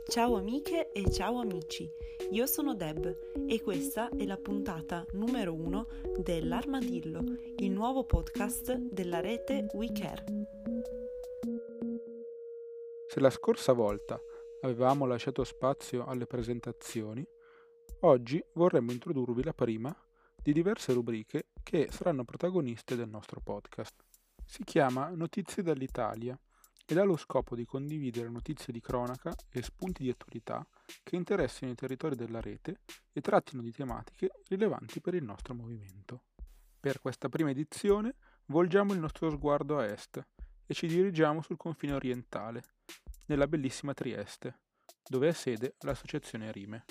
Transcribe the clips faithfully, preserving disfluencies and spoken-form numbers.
Ciao amiche e ciao amici, io sono Deb e questa è la puntata numero uno dell'Armadillo, il nuovo podcast della rete WeCare. Se la scorsa volta avevamo lasciato spazio alle presentazioni, oggi vorremmo introdurvi la prima di diverse rubriche che saranno protagoniste del nostro podcast. Si chiama Notizie dall'Italia ed ha lo scopo di condividere notizie di cronaca e spunti di attualità che interessino i territori della rete e trattino di tematiche rilevanti per il nostro movimento. Per questa prima edizione volgiamo il nostro sguardo a est e ci dirigiamo sul confine orientale, nella bellissima Trieste, dove ha sede l'associazione Rime.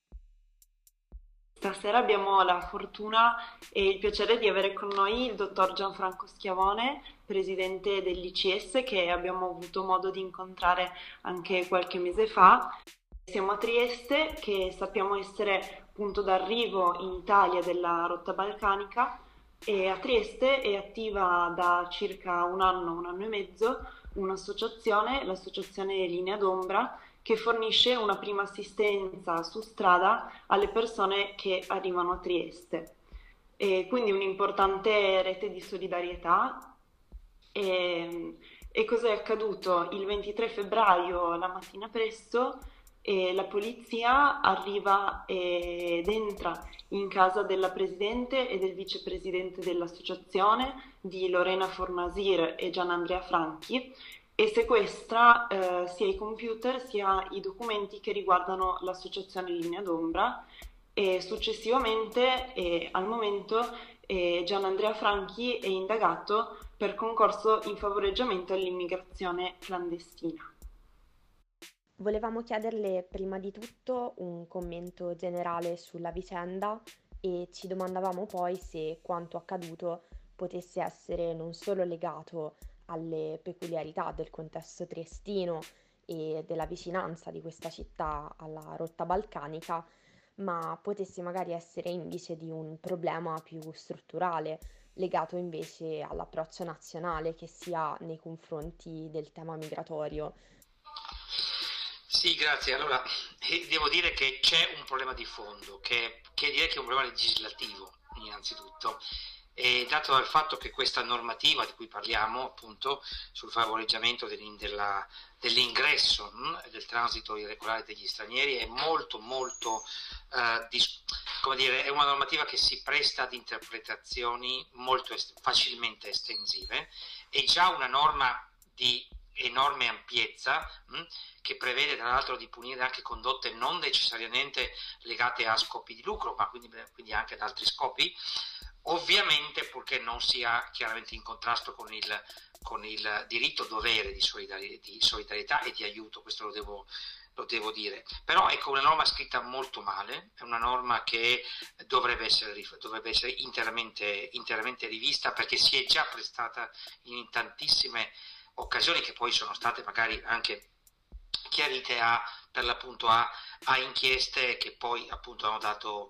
Stasera abbiamo la fortuna e il piacere di avere con noi il dottor Gianfranco Schiavone, presidente dell'I C S, che abbiamo avuto modo di incontrare anche qualche mese fa. Siamo a Trieste, che sappiamo essere punto d'arrivo in Italia della rotta balcanica, e a Trieste è attiva da circa un anno, un anno e mezzo, un'associazione, l'associazione Linea d'Ombra, che fornisce una prima assistenza su strada alle persone che arrivano a Trieste. E quindi un'importante rete di solidarietà. E, e cos'è accaduto? Il ventitré febbraio, la mattina presto, e la polizia arriva ed entra in casa della presidente e del vicepresidente dell'associazione, di Lorena Fornasir e Gian Andrea Franchi, e sequestra eh, sia i computer sia i documenti che riguardano l'associazione Linea d'Ombra, e successivamente e al momento eh, Gian Andrea Franchi è indagato per concorso in favoreggiamento all'immigrazione clandestina. Volevamo chiederle prima di tutto un commento generale sulla vicenda e ci domandavamo poi se quanto accaduto potesse essere non solo legato alle peculiarità del contesto triestino e della vicinanza di questa città alla rotta balcanica, ma potesse magari essere indice di un problema più strutturale, legato invece all'approccio nazionale che si ha nei confronti del tema migratorio. Sì, grazie. Allora, eh, devo dire che c'è un problema di fondo, che, che direi che è un problema legislativo, innanzitutto. E dato dal fatto che questa normativa di cui parliamo, appunto, sul favoreggiamento della, dell'ingresso mh, e del transito irregolare degli stranieri è molto, molto, eh, dis, come dire, è una normativa che si presta ad interpretazioni molto est- facilmente estensive. È già una norma di enorme ampiezza mh, che prevede tra l'altro di punire anche condotte non necessariamente legate a scopi di lucro, ma quindi, quindi anche ad altri scopi, ovviamente purché non sia chiaramente in contrasto con il, con il diritto dovere di solidarietà, di solidarietà e di aiuto, questo lo devo, lo devo dire. Però ecco, una norma scritta molto male, è una norma che dovrebbe essere, dovrebbe essere interamente, interamente rivista, perché si è già prestata in tantissime occasioni, che poi sono state magari anche chiarite a, per l'appunto a, a inchieste che poi appunto hanno dato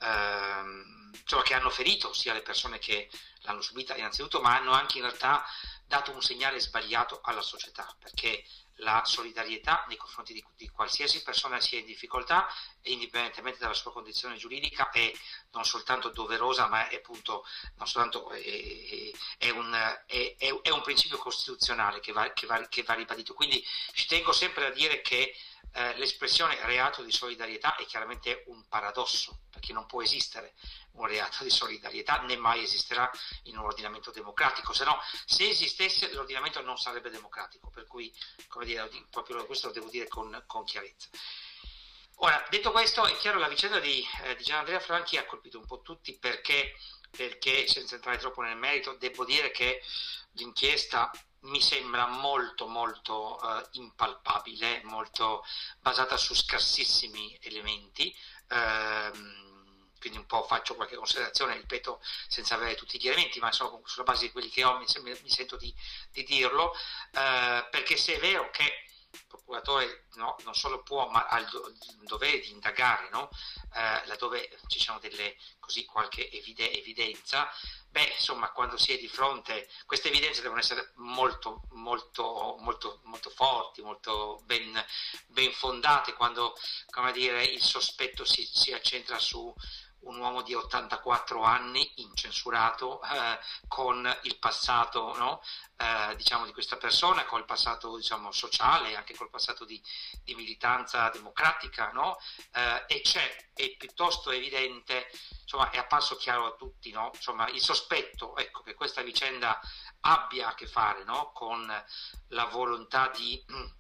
ehm, insomma, che hanno ferito sia le persone che l'hanno subita innanzitutto, ma hanno anche in realtà dato un segnale sbagliato alla società, perché la solidarietà nei confronti di, di qualsiasi persona sia in difficoltà, e indipendentemente dalla sua condizione giuridica, è non soltanto doverosa, ma è appunto non soltanto è, è, un, è, è un principio costituzionale che va, che, va, che va ribadito. Quindi ci tengo sempre a dire che eh, l'espressione reato di solidarietà è chiaramente un paradosso, perché non può esistere un reato di solidarietà, né mai esisterà in un ordinamento democratico, se no, se esistesse l'ordinamento non sarebbe democratico, per cui, come dire, proprio questo lo devo dire con, con chiarezza. Ora, detto questo, è chiaro, la vicenda di, eh, di Gian Andrea Franchi ha colpito un po' tutti, perché, perché senza entrare troppo nel merito, devo dire che l'inchiesta mi sembra molto molto eh, impalpabile, molto basata su scarsissimi elementi, ehm, quindi un po' faccio qualche considerazione, ripeto, senza avere tutti gli elementi, ma insomma sulla base di quelli che ho mi, mi sento di, di dirlo, eh, perché se è vero che il procuratore, no, non solo può, ma ha il, do, il dovere di indagare, no? eh, laddove ci sono delle, così, qualche evide, evidenza. Beh, insomma, quando si è di fronte, queste evidenze devono essere molto, molto, molto, molto forti, molto ben, ben fondate, quando, come dire, il sospetto si, si accentra su un uomo di ottantaquattro anni, incensurato, eh, con il passato, no? eh, diciamo, di questa persona, col passato, diciamo, sociale, anche col passato di, di militanza democratica, no? eh, e c'è, è piuttosto evidente, insomma, è apparso chiaro a tutti, no? Insomma, il sospetto, ecco, che questa vicenda abbia a che fare, no? Con la volontà di,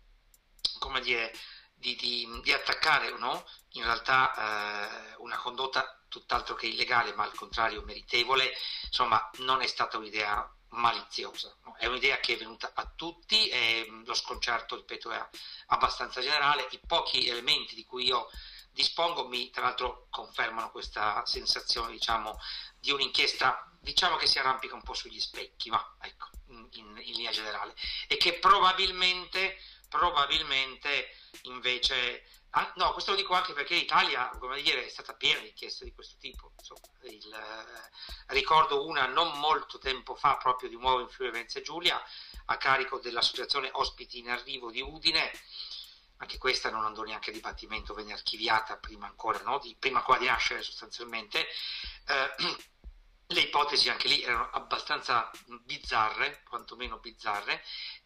come dire, di, di, di attaccare, no? In realtà eh, una condotta tutt'altro che illegale, ma al contrario meritevole, insomma, non è stata un'idea maliziosa, no? È un'idea che è venuta a tutti e lo sconcerto, ripeto, è abbastanza generale. I pochi elementi di cui io dispongo mi, tra l'altro, confermano questa sensazione, diciamo, di un'inchiesta, diciamo, che si arrampica un po' sugli specchi, ma ecco, in, in, in linea generale, e che probabilmente, probabilmente invece, ah, no, questo lo dico anche perché l'Italia, come dire, è stata piena di inchieste di questo tipo. Insomma, il, eh, ricordo una non molto tempo fa, proprio di nuovo in Friuli Venezia Giulia, a carico dell'associazione Ospiti in Arrivo di Udine. Anche questa non andò neanche a dibattimento, venne archiviata prima ancora, no? di, prima ancora di nascere sostanzialmente. Eh, le ipotesi anche lì erano abbastanza bizzarre, quantomeno bizzarre,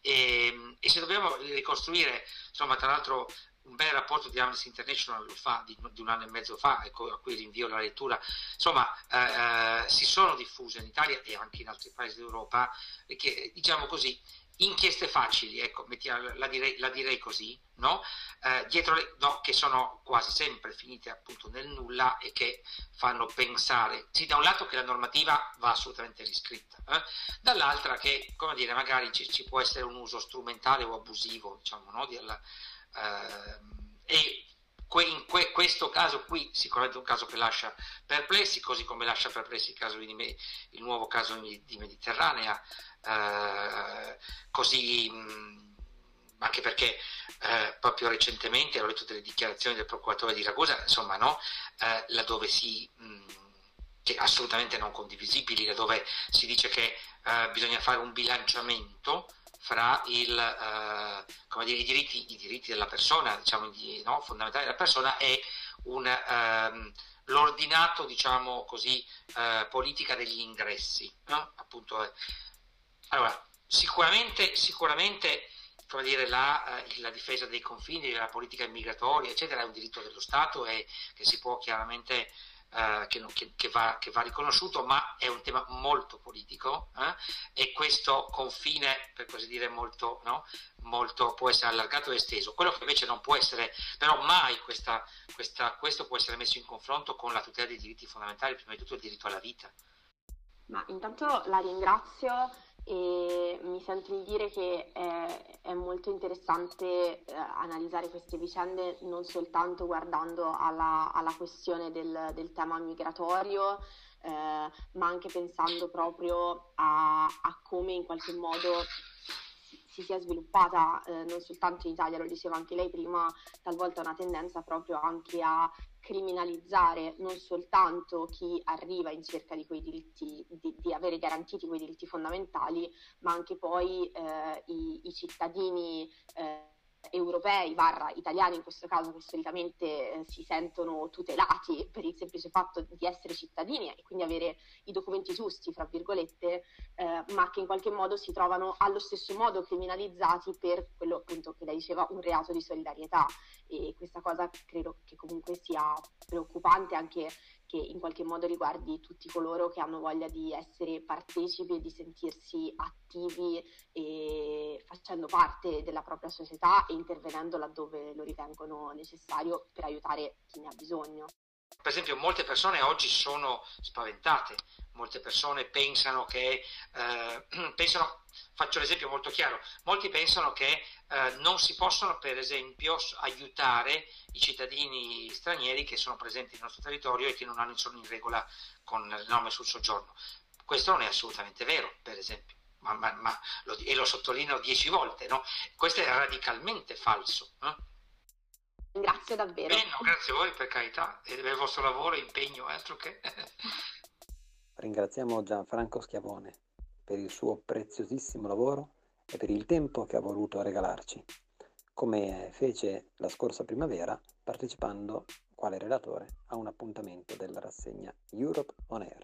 e, e se dobbiamo ricostruire, insomma, tra l'altro un bel rapporto di Amnesty International lo fa di, di un anno e mezzo fa, ecco, a cui rinvio la lettura, insomma, eh, si sono diffuse in Italia e anche in altri paesi d'Europa, che, diciamo così, inchieste facili, ecco, mettiamo, la, direi, la direi così, no? Eh, dietro le, no, che sono quasi sempre finite appunto nel nulla e che fanno pensare, sì, da un lato che la normativa va assolutamente riscritta, eh? Dall'altra che, come dire, magari ci, ci può essere un uso strumentale o abusivo, diciamo, no? Di, eh, e que, in que, questo caso qui sicuramente è un caso che lascia perplessi, così come lascia perplessi il, caso di, il nuovo caso di, di Mediterranea. Uh, così mh, anche perché uh, proprio recentemente ho letto delle dichiarazioni del procuratore di Ragusa, insomma, no? Uh, laddove si mh, che assolutamente non condivisibili, laddove si dice che uh, bisogna fare un bilanciamento fra il, uh, come dire, i diritti, i diritti della persona, diciamo, di, no? fondamentali della persona, e un uh, l'ordinato, diciamo così, uh, politica degli ingressi, no? Appunto. Eh, Allora, sicuramente, sicuramente come dire, la, eh, la difesa dei confini, la politica immigratoria, eccetera, è un diritto dello Stato e che si può chiaramente, eh, che, che, che, va, che va riconosciuto, ma è un tema molto politico, eh? E questo confine, per così dire, molto, no? molto può essere allargato e esteso. Quello che invece non può essere, però mai questa, questa, questo può essere messo in confronto con la tutela dei diritti fondamentali, prima di tutto il diritto alla vita. Ma intanto la ringrazio e mi sento di dire che è, è molto interessante eh, analizzare queste vicende non soltanto guardando alla, alla questione del, del tema migratorio, eh, ma anche pensando proprio a, a come in qualche modo si sia sviluppata eh, non soltanto in Italia, lo diceva anche lei prima, talvolta una tendenza proprio anche a criminalizzare non soltanto chi arriva in cerca di quei diritti, di, di avere garantiti quei diritti fondamentali, ma anche poi eh, i, i cittadini eh, europei, barra italiani in questo caso, che solitamente eh, si sentono tutelati per il semplice fatto di essere cittadini e quindi avere i documenti giusti, fra virgolette, eh, ma che in qualche modo si trovano allo stesso modo criminalizzati per quello, appunto, che lei diceva, un reato di solidarietà. E questa cosa credo che comunque sia preoccupante, anche che in qualche modo riguardi tutti coloro che hanno voglia di essere partecipi e di sentirsi attivi e facendo parte della propria società e intervenendo laddove lo ritengono necessario per aiutare chi ne ha bisogno. Per esempio, molte persone oggi sono spaventate, molte persone pensano che, eh, pensano, faccio l'esempio molto chiaro, molti pensano che eh, non si possono, per esempio, aiutare i cittadini stranieri che sono presenti nel nostro territorio e che non sono in regola con le norme sul soggiorno. Questo non è assolutamente vero, per esempio. ma, ma, ma lo, e lo sottolineo dieci volte, no? Questo è radicalmente falso. Eh? Grazie davvero. Beh, no, grazie a voi, per carità, e del vostro lavoro, impegno, altro che... Ringraziamo Gianfranco Schiavone per il suo preziosissimo lavoro e per il tempo che ha voluto regalarci, come fece la scorsa primavera partecipando quale relatore a un appuntamento della rassegna Europe On Air.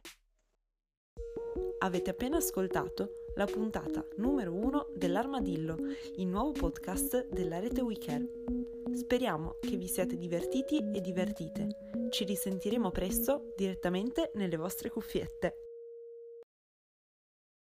Avete appena ascoltato la puntata numero uno dell'Armadillo, il nuovo podcast della rete WeCare. Speriamo che vi siate divertiti e divertite. Ci risentiremo presto direttamente nelle vostre cuffiette.